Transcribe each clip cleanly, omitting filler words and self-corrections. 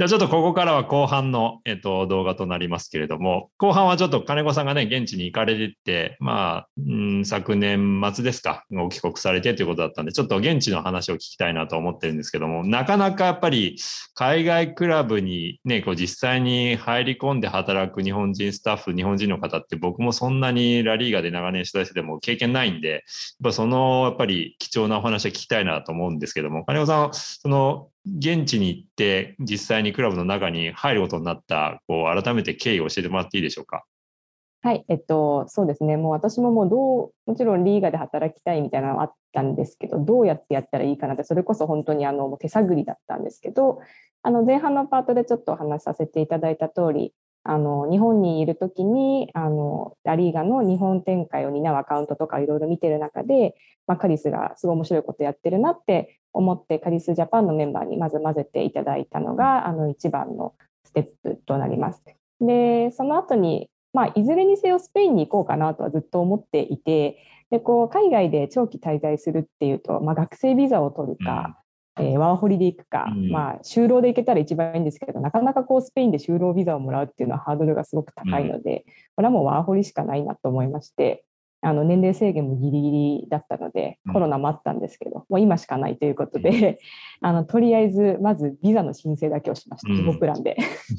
じゃあちょっとここからは後半の、動画となりますけれども、後半はちょっと金子さんがね、現地に行かれてって、昨年末ですか、ご帰国されてということだったんで、ちょっと現地の話を聞きたいなと思ってるんですけども、なかなかやっぱり海外クラブにね、こう実際に入り込んで働く日本人スタッフ、日本人の方って僕もそんなにラリーガで長年取材してても経験ないんで、やっぱり貴重なお話は聞きたいなと思うんですけども、金子さん、現地に行って実際にクラブの中に入ることになった、改めて経緯を教えてもらっていいでしょうか。 はい、そうですね。もう私ももちろんリーガで働きたいみたいなのはあったんですけど、どうやってやったらいいかなって、それこそ本当にもう手探りだったんですけど、前半のパートでちょっとお話しさせていただいた通り、日本にいるときに、ラリーガの日本展開を担うアカウントとかいろいろ見てる中で、カリスがすごい面白いことやってるなって思って、カリスジャパンのメンバーにまず混ぜていただいたのが、一番のステップとなります。で、その後に、いずれにせよスペインに行こうかなとはずっと思っていて、で海外で長期滞在するっていうと、学生ビザを取るか、ワーホリで行くか、就労で行けたら一番いいんですけど、なかなかスペインで就労ビザをもらうっていうのはハードルがすごく高いので、これはもうワーホリしかないなと思いまして、年齢制限もギリギリだったので、コロナもあったんですけど、もう今しかないということで、とりあえずまずビザの申請だけをしました、自己プランで。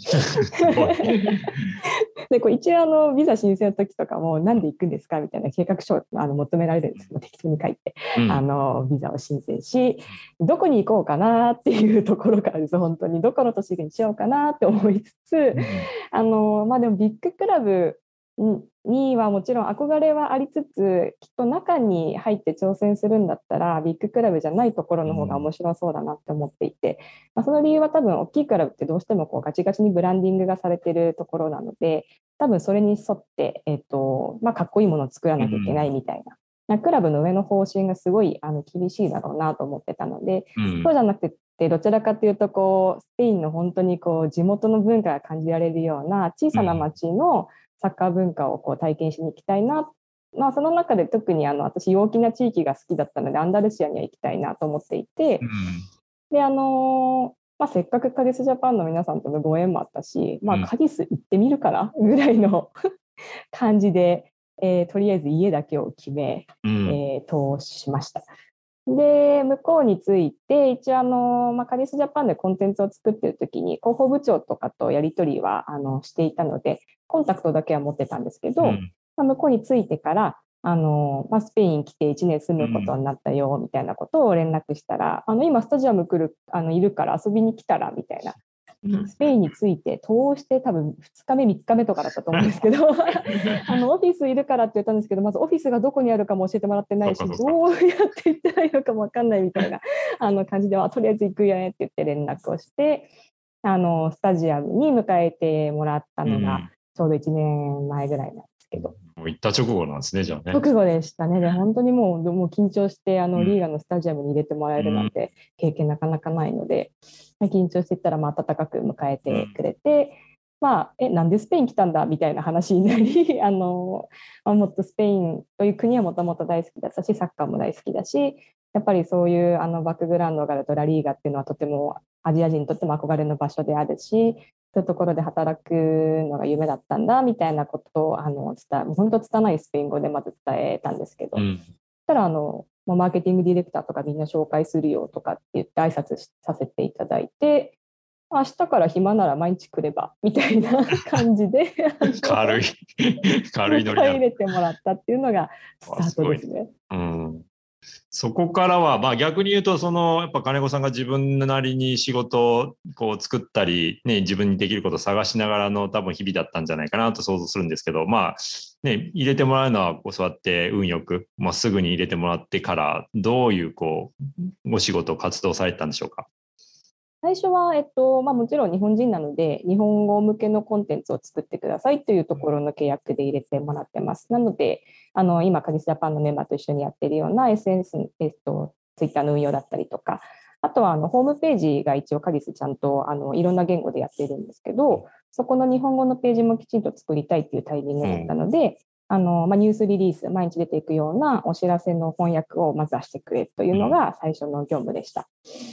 で一応ビザ申請の時とかも何で行くんですかみたいな計画書を求められるんですけど、適当に書いて、ビザを申請し、どこに行こうかなっていうところからです。本当にどこの都市にしようかなって思いつつ、でもビッグクラブにはもちろん憧れはありつつ、きっと中に入って挑戦するんだったらビッグクラブじゃないところの方が面白そうだなって思っていて、その理由は多分大きいクラブってどうしてもガチガチにブランディングがされているところなので、多分それに沿って、かっこいいものを作らなきゃいけないみたいな、クラブの上の方針がすごい厳しいだろうなと思ってたので、そうじゃなくてどちらかというとスペインの本当に地元の文化が感じられるような小さな町のサッカー文化を体験しに行きたいな、その中で特に私陽気な地域が好きだったのでアンダルシアには行きたいなと思っていて、でせっかくカリスジャパンの皆さんとのご縁もあったし、カリス行ってみるからぐらいの感じで、とりあえず家だけを決め、通しました。で、向こうについて、一応カリスジャパンでコンテンツを作っているときに、広報部長とかとやり取りはしていたので、コンタクトだけは持ってたんですけど、向こうについてから、スペイン来て1年住むことになったよ、みたいなことを連絡したら、今スタジアムいるから遊びに来たら、みたいな。スペインについて通して多分2日目3日目とかだったと思うんですけどオフィスいるからって言ったんですけど、まずオフィスがどこにあるかも教えてもらってないし、どうやって行ってないのかも分かんないみたいな感じでは、とりあえず行くよねって言って連絡をして、スタジアムに迎えてもらったのがちょうど1年前ぐらいなんですけど、 もう行った直後なんですね、じゃあね。 直後でしたね。で本当にもう緊張してリーガのスタジアムに入れてもらえるなんて経験なかなかないので、緊張していったら温かく迎えてくれて、なんでスペイン来たんだみたいな話になりもっとスペインという国はもともと大好きだったし、サッカーも大好きだし、やっぱりそういうバックグラウンドがあるとラリーガっていうのはとてもアジア人にとっても憧れの場所であるし、そういうところで働くのが夢だったんだみたいなことを本当拙いスペイン語でまず伝えたんですけど、そしたらマーケティングディレクターとかみんな紹介するよとかって言って挨拶させていただいて、明日から暇なら毎日来ればみたいな感じで軽いノリ迎え入れてもらったっていうのがスタートですね。 そこからは、逆に言うと、やっぱ金子さんが自分なりに仕事を作ったり、ね、自分にできることを探しながらの多分日々だったんじゃないかなと想像するんですけど、ね、入れてもらうのはそうやって運よく、すぐに入れてもらってから、どういうお仕事、活動されたんでしょうか。 最初は、もちろん日本人なので、日本語向けのコンテンツを作ってくださいというところの契約で入れてもらってます。なので、今、カリスジャパンのメンバーと一緒にやっているような SNS、ツイッターの運用だったりとか、あとはホームページが一応カリスちゃんといろんな言語でやっているんですけど、そこの日本語のページもきちんと作りたいっていうタイミングだったので、ニュースリリース、毎日出ていくようなお知らせの翻訳をまず出してくれというのが最初の業務でした。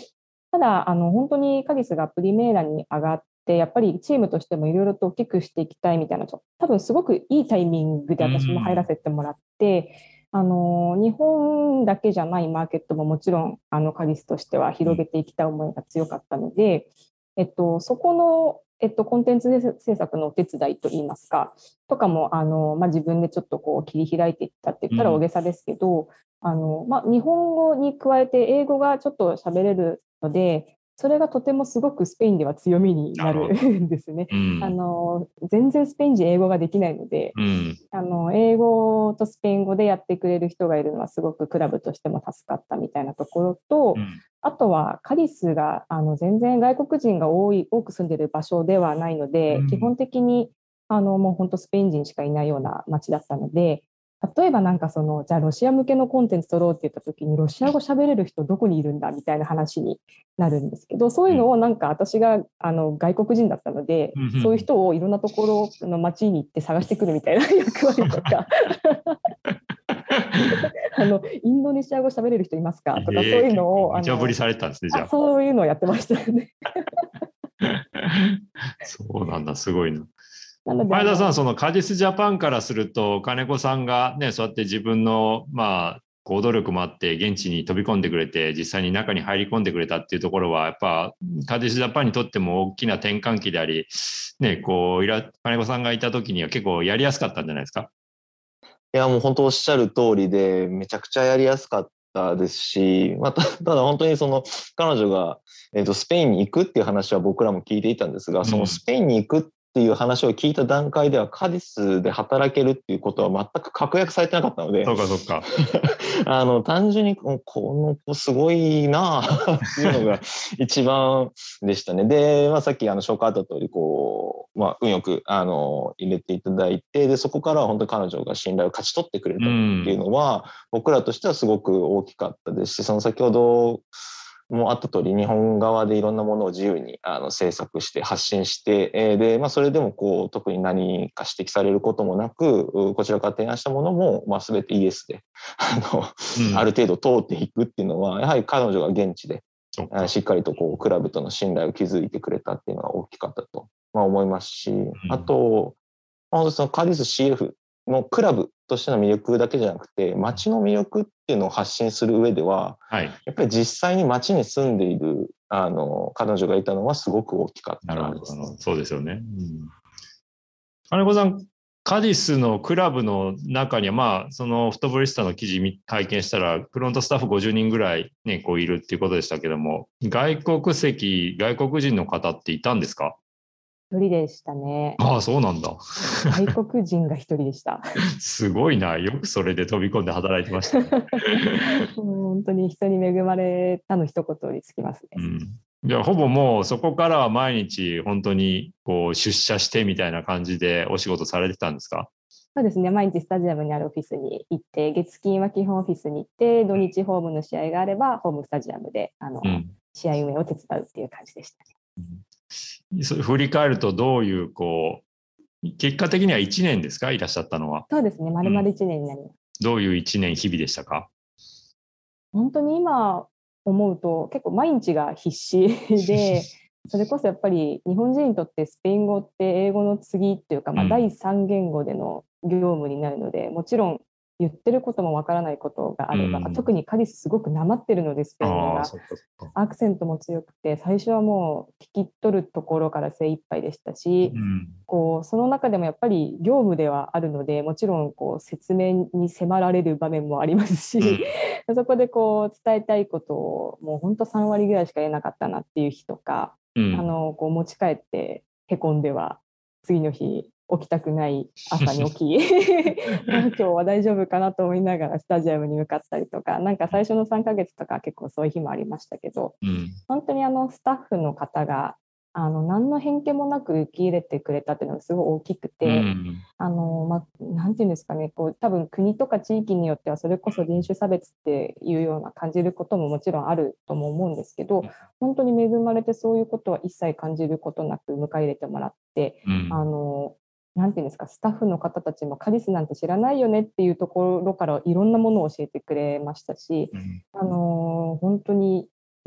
ただ本当にカリスがプリメーラに上がって、やっぱりチームとしてもいろいろと大きくしていきたいみたいな、多分すごくいいタイミングで私も入らせてもらって、日本だけじゃないマーケットももちろんカリスとしては広げていきたい思いが強かったので、そこの、コンテンツ制作のお手伝いといいますかとかも自分でちょっとこう切り開いていったって言ったら大げさですけど、日本語に加えて英語がちょっと喋れるので、それがとてもすごくスペインでは強みになるんですね。全然スペイン人英語ができないので、英語とスペイン語でやってくれる人がいるのはすごくクラブとしても助かったみたいなところと、あとはカリスが全然外国人が多く住んでいる場所ではないので、基本的にもう本当スペイン人しかいないような街だったので、例えばなんかじゃあロシア向けのコンテンツ取ろうって言った時にロシア語喋れる人どこにいるんだみたいな話になるんですけど、そういうのをなんか私が外国人だったので、そういう人をいろんなところの街に行って探してくるみたいな役割とかインドネシア語喋れる人いますかとか、そういうのを無茶ぶりされたんですね、じゃあ。 そういうのをやってましたよね。 そうなんだ、すごいな。 なので前田さん、そのカディスジャパンからすると、金子さんがね、そうやって自分の、行動力もあって、現地に飛び込んでくれて、実際に中に入り込んでくれたっていうところは、やっぱ、カディスジャパンにとっても大きな転換期であり、ね、金子さんがいた時には結構やりやすかったんじゃないですか？ いや、もう本当おっしゃる通りで、めちゃくちゃやりやすかったですし、ただ本当に彼女が、スペインに行くっていう話は僕らも聞いていたんですが、そのスペインに行くっていう話を聞いた段階では、カディスで働けるっていうことは全く確約されてなかったので、 そうかそうか。 単純にこの子すごいなあっていうのが一番でしたね。で、さっき紹介あった通り運よく入れていただいて、でそこからは本当に彼女が信頼を勝ち取ってくれたっていうのは、僕らとしてはすごく大きかったですし、先ほどもあった通り、日本側でいろんなものを自由に制作して発信して、でそれでも特に何か指摘されることもなく、こちらから提案したものも全てイエスである程度通っていくっていうのは、やはり彼女が現地でしっかりとクラブとの信頼を築いてくれたっていうのは大きかったと思いますし、あと本当カディス CF のクラブとしての魅力だけじゃなくて、街の魅力っていうのを発信する上では、やっぱり実際に街に住んでいる彼女がいたのはすごく大きかったです。 そうですよね。金子さん、カディスのクラブの中には、そのフットボーリスタの記事拝見したら、フロントスタッフ50人ぐらい、ね、いるっていうことでしたけども、外国人の方っていたんですか？ 一人でしたね。 ああ、そうなんだ。 外国人が一人でした。 すごいな。よくそれで飛び込んで働いてましたね。 本当に人に恵まれたの一言につきますね。 じゃあほぼもうそこからは毎日本当に出社してみたいな感じでお仕事されてたんですか？ そうですね。毎日スタジアムにあるオフィスに行って、月金は基本オフィスに行って、土日ホームの試合があればホームスタジアムで試合運営を手伝うっていう感じでしたね。 それ振り返るとどういう結果的には1年ですか？いらっしゃったのは。 そうですね。丸々1年になります。 どういう1年日々でしたか？ 本当に今思うと結構毎日が必死で、それこそやっぱり日本人にとってスペイン語って英語の次っていうか、第3言語での業務になるので、もちろん言ってることもわからないことがあれば、特にカディスすごくなまってるので、スペイン語がアクセントも強くて、最初はもう聞き取るところから精一杯でしたし、その中でもやっぱり業務ではあるので、もちろん説明に迫られる場面もありますし、そこで伝えたいことをもう本当3割ぐらいしか言えなかったなっていう日とか、持ち帰ってへこんでは次の日起きたくない朝に起き今日は大丈夫かなと思いながらスタジアムに向かったりとか、なんか最初の3ヶ月とか結構そういう日もありましたけど、本当にスタッフの方が何の偏見もなく受け入れてくれたっていうのがすごい大きくて、なんていうんですかね、多分国とか地域によってはそれこそ人種差別っていうような感じることももちろんあるとも思うんですけど、本当に恵まれてそういうことは一切感じることなく迎え入れてもらって、なんていうんですか、スタッフの方たちもカディスなんて知らないよねっていうところからいろんなものを教えてくれましたし、本当に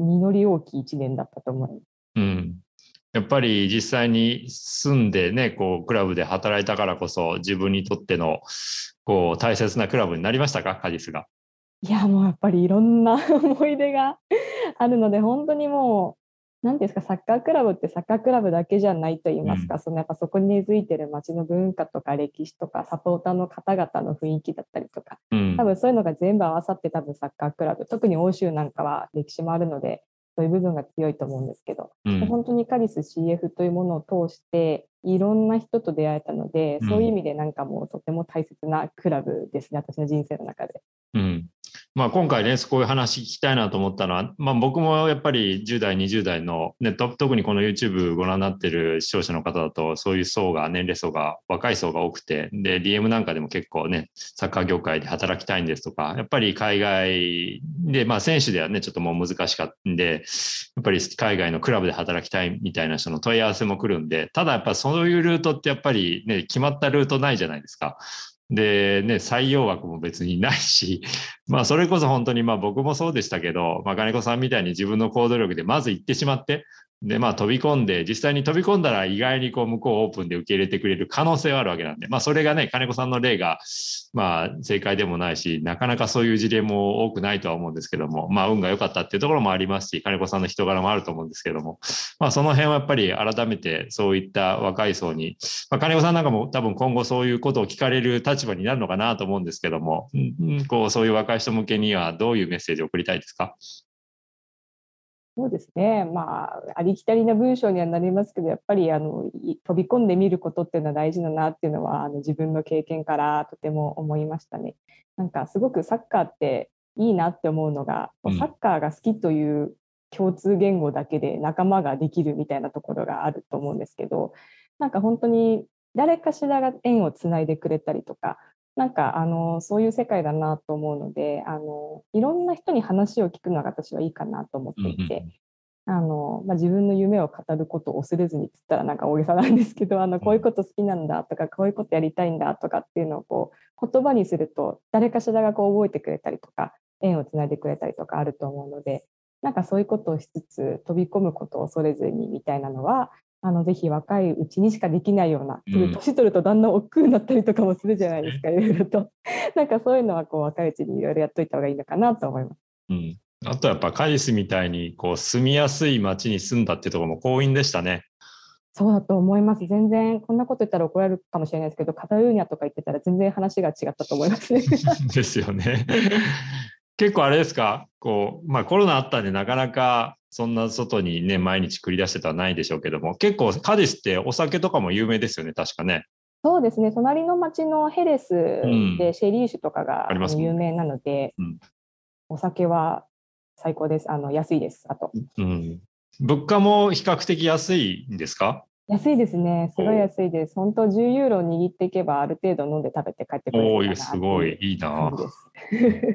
実り大きい1年だったと思います。 うん、やっぱり実際に住んでね、こうクラブで働いたからこそ自分にとってのこう大切なクラブになりましたか、カディスが。 いやもうやっぱりいろんな思い出があるので、本当にもう何ですか、サッカークラブってサッカークラブだけじゃないと言いますか、やっぱそこに根付いてる街の文化とか歴史とかサポーターの方々の雰囲気だったりとか、多分そういうのが全部合わさって多分サッカークラブ、特に欧州なんかは歴史もあるのでそういう部分が強いと思うんですけど、本当にカディス CF というものを通していろんな人と出会えたので、そういう意味でなんかもうとても大切なクラブですね、私の人生の中で。 まあ、今回ね、こういう話聞きたいなと思ったのは、まあ、僕もやっぱり10代、20代の、ね、特にこの YouTube ご覧になってる視聴者の方だと、そういう層が、年齢層が、若い層が多くて、で、DM なんかでも結構ね、サッカー業界で働きたいんですとか、やっぱり海外で、まあ、選手ではね、ちょっともう難しかったんで、やっぱり海外のクラブで働きたいみたいな人の問い合わせも来るんで、ただやっぱそういうルートってやっぱりね、決まったルートないじゃないですか。でね、採用枠も別にないし、まあそれこそ本当にまあ僕もそうでしたけど、まあ金子さんみたいに自分の行動力でまず行ってしまって、でまあ飛び込んで、実際に飛び込んだら意外にこう向こうオープンで受け入れてくれる可能性はあるわけなんで、まあそれがね、金子さんの例がまあ正解でもないし、なかなかそういう事例も多くないとは思うんですけども、まあ運が良かったっていうところもありますし、金子さんの人柄もあると思うんですけども、まあその辺はやっぱり改めてそういった若い層に、まあ、金子さんなんかも多分今後そういうことを聞かれる立場になるのかなと思うんですけども、こうそういう若い人向けにはどういうメッセージを送りたいですか？ そうですね、まあ、ありきたりな文章にはなりますけど、やっぱり飛び込んでみることっていうのは大事だなっていうのは自分の経験からとても思いましたね。なんかすごくサッカーっていいなって思うのが、サッカーが好きという共通言語だけで仲間ができるみたいなところがあると思うんですけど、なんか本当に誰かしらが縁をつないでくれたりとか、なんかそういう世界だなと思うので、いろんな人に話を聞くのが私はいいかなと思っていて、自分の夢を語ることを恐れずにっつったらなんか大げさなんですけど、こういうこと好きなんだとか、こういうことやりたいんだとかっていうのをこう言葉にすると誰かしらがこう覚えてくれたりとか縁をつないでくれたりとかあると思うので、なんかそういうことをしつつ飛び込むことを恐れずにみたいなのはぜひ若いうちにしかできないような、年取るとだんだん億劫になったりとかもするじゃないですか、いろいろと。なんかそういうのはこう若いうちにいろいろやっといた方がいいのかなと思います。 あとやっぱカディスみたいにこう住みやすい街に住んだっていうところも幸運でしたね。 そうだと思います。全然こんなこと言ったら怒られるかもしれないですけど、カタルーニャとか言ってたら全然話が違ったと思いますね。 ですよね。結構あれですか、こう、まあコロナあったんでなかなかそんな外にね、毎日繰り出してたはないでしょうけども、結構カディスってお酒とかも有名ですよね、確かね。 そうですね、隣の町のヘレスでシェリー酒とかが有名なので、お酒は最高です。安いです。あと、 物価も比較的安いんですか？ 安いですね。すごい安いです。本当10ユーロ握っていけばある程度飲んで食べて帰ってくれるかなっていうすごいいいな。 です。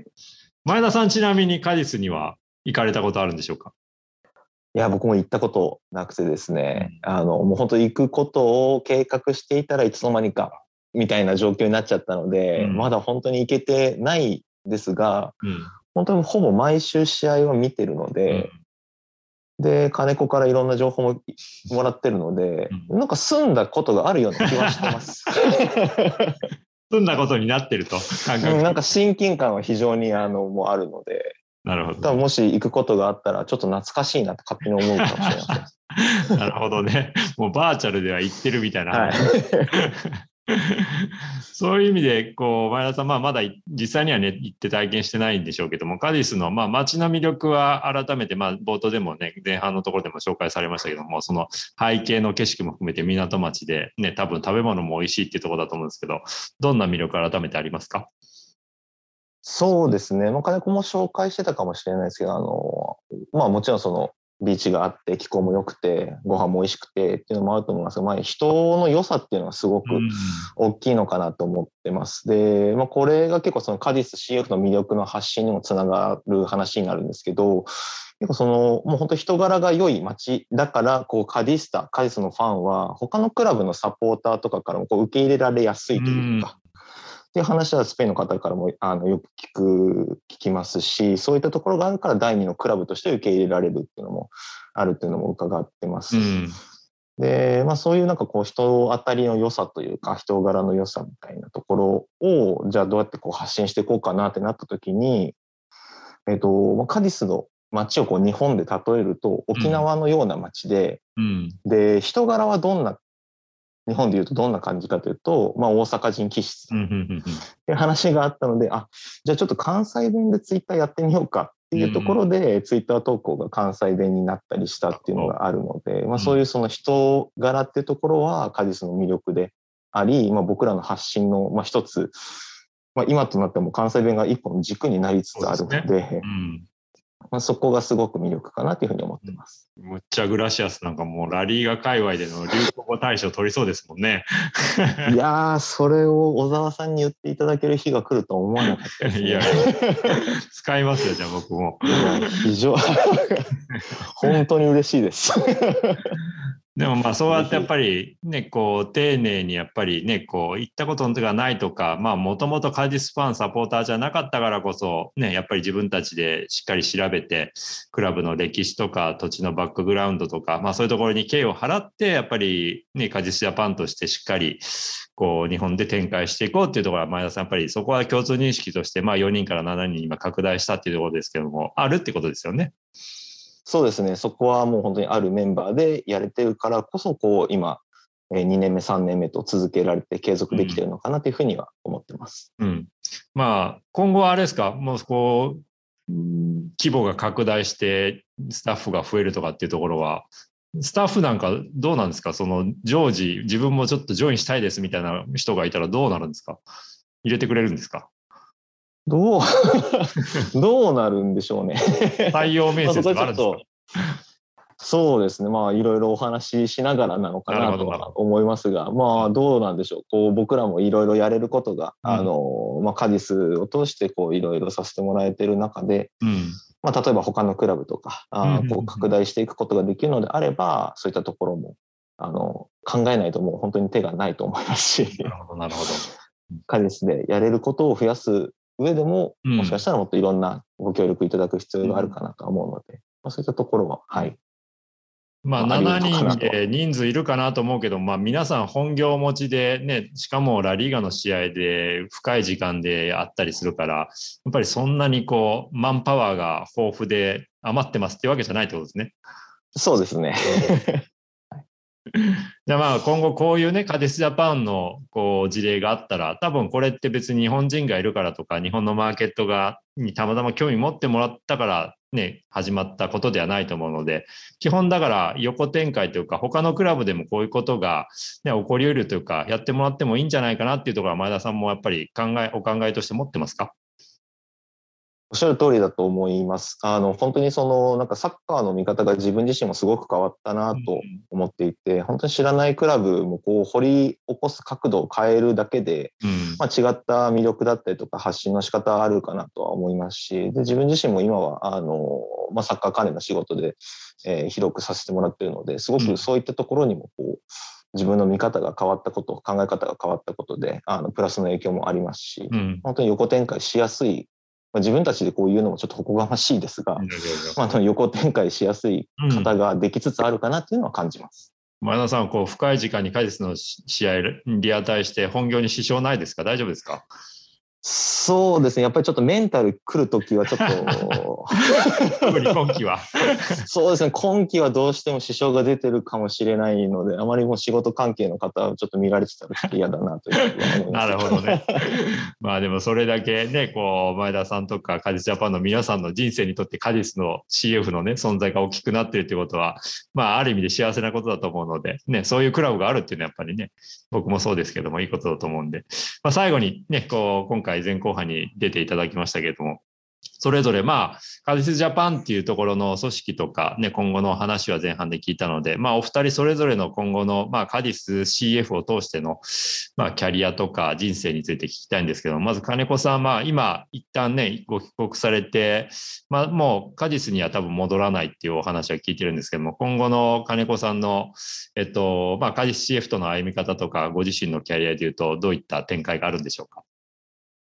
前田さん、ちなみにカディスには行かれたことあるんでしょうか？ いや、僕も行ったことなくてですね、もう本当行くことを計画していたらいつの間にかみたいな状況になっちゃったので、まだ本当に行けてないですが、本当にほぼ毎週試合を見てるので、で、金子からいろんな情報ももらってるので、なんか住んだことがあるような気はしてます。 住んだことになってると感覚、なんか親近感は非常にもうあるので、 なるほど、 多分もし行くことがあったらちょっと懐かしいなって勝手に思うかもしれません。 なるほどね。もうバーチャルでは行ってるみたいな話。そういう意味でこう前田さん、まだ実際にはね行って体験してないんでしょうけども、カディスの街の魅力は改めて冒頭でもね前半のところでも紹介されましたけども、その背景の景色も含めて港町でね、多分食べ物も美味しいっていうところだと思うんですけど、どんな魅力改めてありますか？ そうですね、金子も紹介してたかもしれないですけど、もちろんそのビーチがあって気候も良くてご飯も美味しくてっていうのもあると思いますが、人の良さっていうのがすごく大きいのかなと思ってます。で、これが結構そのカディス CF の魅力の発信にもつながる話になるんですけど、結構そのもう本当人柄が良い街だからこうカディスのファンは他のクラブのサポーターとかからもこう受け入れられやすいというか。っっていう話はスペインの方からもよく聞きますし、そういったところがあるから第2のクラブとして受け入れられるっていうのもあるっていうのも伺ってます。で、そういうなんかこう人当たりの良さというか人柄の良さみたいなところをじゃあどうやってこう発信していこうかなってなった時に、カディスの街をこう日本で例えると沖縄のような街で、で人柄はどんな日本でいうとどんな感じかというと、大阪人気質っていう話があったので、じゃあちょっと関西弁でツイッターやってみようかっていうところで、ツイッター投稿が関西弁になったりしたっていうのがあるので、そういうその人柄っていうところはカディスの魅力であり、僕らの発信の一つ、今となっても関西弁が一本軸になりつつあるので、そこがすごく魅力かなというふうに思ってます。 むっちゃグラシアスなんかもうラリーガ界隈での流行語大賞取りそうですもんね。 いやー、それを小沢さんに言っていただける日が来るとは思わなかったですね。 いや使いますよ、じゃあ僕も。 非常本当に嬉しいです。 でもそうやってやっぱりね、こう丁寧にやっぱりね、こう行ったことがないとか、もともとカディスファンサポーターじゃなかったからこそね、やっぱり自分たちでしっかり調べて、クラブの歴史とか土地のバックグラウンドとか、そういうところに敬意を払って、やっぱりね、カディスジャパンとしてしっかりこう日本で展開していこうっていうところは前田さん、やっぱりそこは共通認識として、4人から7人に今拡大したっていうところですけども、あるってことですよね。 そうですね。そこはもう本当にあるメンバーでやれてるからこそ、こう今2年目、3年目と続けられて継続できてるのかなというふうには思ってます。 今後はあれですか、もうこう規模が拡大してスタッフが増えるとかっていうところは、スタッフなんかどうなんですか？その常時自分もちょっとジョインしたいですみたいな人がいたらどうなるんですか？入れてくれるんですか？ どうなるんでしょうね。 採用面接があるんですか？ そうですね。いろいろお話ししながらなのかなとは思いますが、どうなんでしょう。こう僕らもいろいろやれることが、カディスを通してこういろいろさせてもらえてる中で、例えば他のクラブとかこう拡大していくことができるのであれば、そういったところも考えないともう本当に手がないと思いますし、 なるほど。 カディスでやれることを増やす上でも、もしかしたらもっといろんなご協力いただく必要があるかなと思うので、そういったところは、はい。 7人で人数いるかなと思うけど、皆さん本業をお持ちでね、しかもラリーガの試合で深い時間であったりするから、やっぱりそんなにこうマンパワーが豊富で余ってますっていうわけじゃないってことですね。 そうですね。 じゃあ今後こういうね、カディスジャパンのこう事例があったら、多分これって別に日本人がいるからとか、日本のマーケットにたまたま興味持ってもらったからね、始まったことではないと思うので、基本だから横展開というか、他のクラブでもこういうことが、ね、起こりうるというか、やってもらってもいいんじゃないかなっていうところは前田さんもやっぱりお考えとして持ってますか？ おっしゃる通りだと思います。本当になんかサッカーの見方が自分自身もすごく変わったなと思っていて、本当に知らないクラブもこう掘り起こす角度を変えるだけで、違った魅力だったりとか発信の仕方あるかなとは思いますし、で自分自身も今はサッカー関連の仕事で、広くさせてもらっているので、すごくそういったところにもこう自分の見方が変わったこと、考え方が変わったことでプラスの影響もありますし、本当に横展開しやすい、自分たちでこう言うのもちょっとおこがましいですが、横展開しやすい方ができつつあるかなっていうのは感じます。 前田さん、こう深い時間にカディスの試合にリアタイして本業に支障ないですか？大丈夫ですか？ そうですね。やっぱりちょっとメンタル来るときはちょっと特に今期はそうですね。今期はどうしても支障が出てるかもしれないので、あまりもう仕事関係の方はちょっと見られてたらちょっと嫌だなというふうに思います。 なるほどね。でもそれだけね、こう前田さんとかカディスジャパンの皆さんの人生にとってカディスの CF のね存在が大きくなっているということは、ある意味で幸せなことだと思うので、ね、そういうクラブがあるっていうのはやっぱりね、僕もそうですけどもいいことだと思うんで、最後にね、こう今回前後半に出ていただきましたけれども、それぞれカディスジャパンっていうところの組織とかね、今後の話は前半で聞いたので、お二人それぞれの今後のカディス CF を通してのキャリアとか人生について聞きたいんですけど、まず金子さん今一旦ねご帰国されて、もうカディスには多分戻らないっていうお話は聞いてるんですけども、今後の金子さんのカディス CF との歩み方とかご自身のキャリアでいうとどういった展開があるんでしょうか？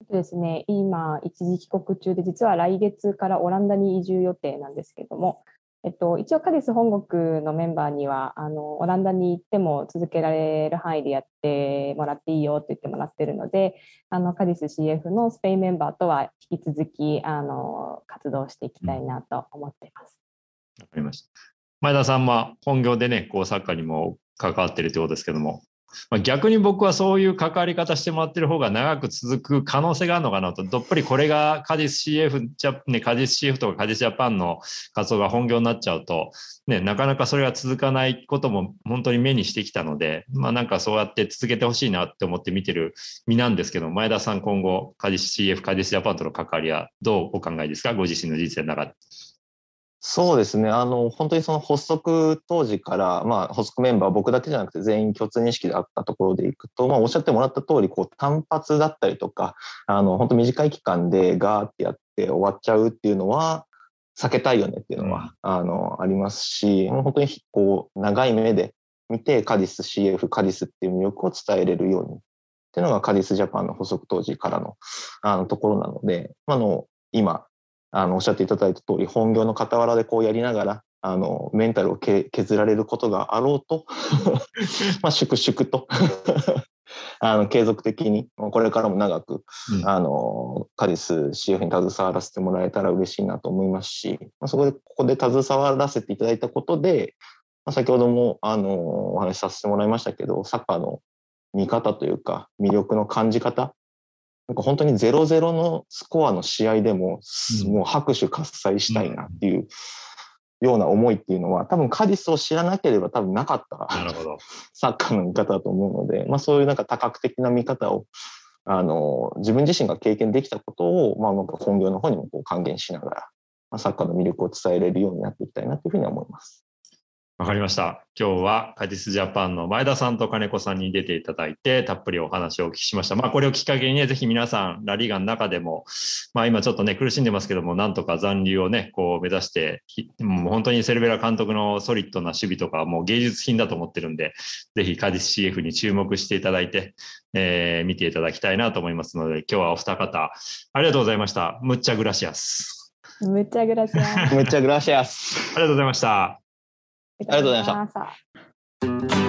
ですね、今、一時帰国中で、実は来月からオランダに移住予定なんですけども、一応、カディス本国のメンバーにはオランダに行っても続けられる範囲でやってもらっていいよって言ってもらっているので、カディス CF のスペインメンバーとは引き続き活動していきたいなと思っています。 わかりました。前田さんは本業でね、こうサッカーにも関わっているということですけども、逆に僕はそういう関わり方してもらってる方が長く続く可能性があるのかなと。どっぷりこれがカディス CF、カディス CF とかカディスジャパンの活動が本業になっちゃうと、ね、なかなかそれが続かないことも本当に目にしてきたので、なんかそうやって続けてほしいなって思って見てる身なんですけど、前田さん今後カディス CF、カディスジャパンとの関わりはどうお考えですか？ご自身の人生の中で。 そうですね。本当にその発足当時から、発足メンバー僕だけじゃなくて全員共通認識であったところでいくと、おっしゃってもらった通り、単発だったりとか、本当短い期間でガーってやって終わっちゃうっていうのは、避けたいよねっていうのは、ありますし、もう本当に長い目で見て、カディス CF、カディスっていう魅力を伝えれるようにっていうのがカディスジャパンの発足当時からの、ところなので、今、おっしゃっていただいた通り、本業の傍らでやりながら、メンタルを削られることがあろうと、粛々と継続的に、これからも長く、カディス CF に携わらせてもらえたら嬉しいなと思いますし、ここで携わらせていただいたことで、先ほども、お話しさせてもらいましたけど、サッカーの見方というか、魅力の感じ方、なんか本当に 0-0 のスコアの試合でも、もう拍手喝采したいなっていうような思いっていうのは、多分カディスを知らなければ多分なかったサッカーの見方だと思うので、そういうなんか多角的な見方を自分自身が経験できたことを、なんか本業の方にも還元しながら、サッカーの魅力を伝えれるようになっていきたいなというふうに思います。 わかりました。今日はカディスジャパンの前田さんと金子さんに出ていただいて、たっぷりお話をお聞きしました。これをきっかけにね、ぜひ皆さん、ラリーガの中でも、今ちょっとね、苦しんでますけども、なんとか残留をね、目指して、もう本当にセルベラ監督のソリッドな守備とか、もう芸術品だと思ってるんで、ぜひカディス CF に注目していただいて、見ていただきたいなと思いますので、今日はお二方、ありがとうございました。ムッチャグラシアス。 ムッチャグラシアス。 ムッチャグラシアス。 ありがとうございました。 ありがとうございました。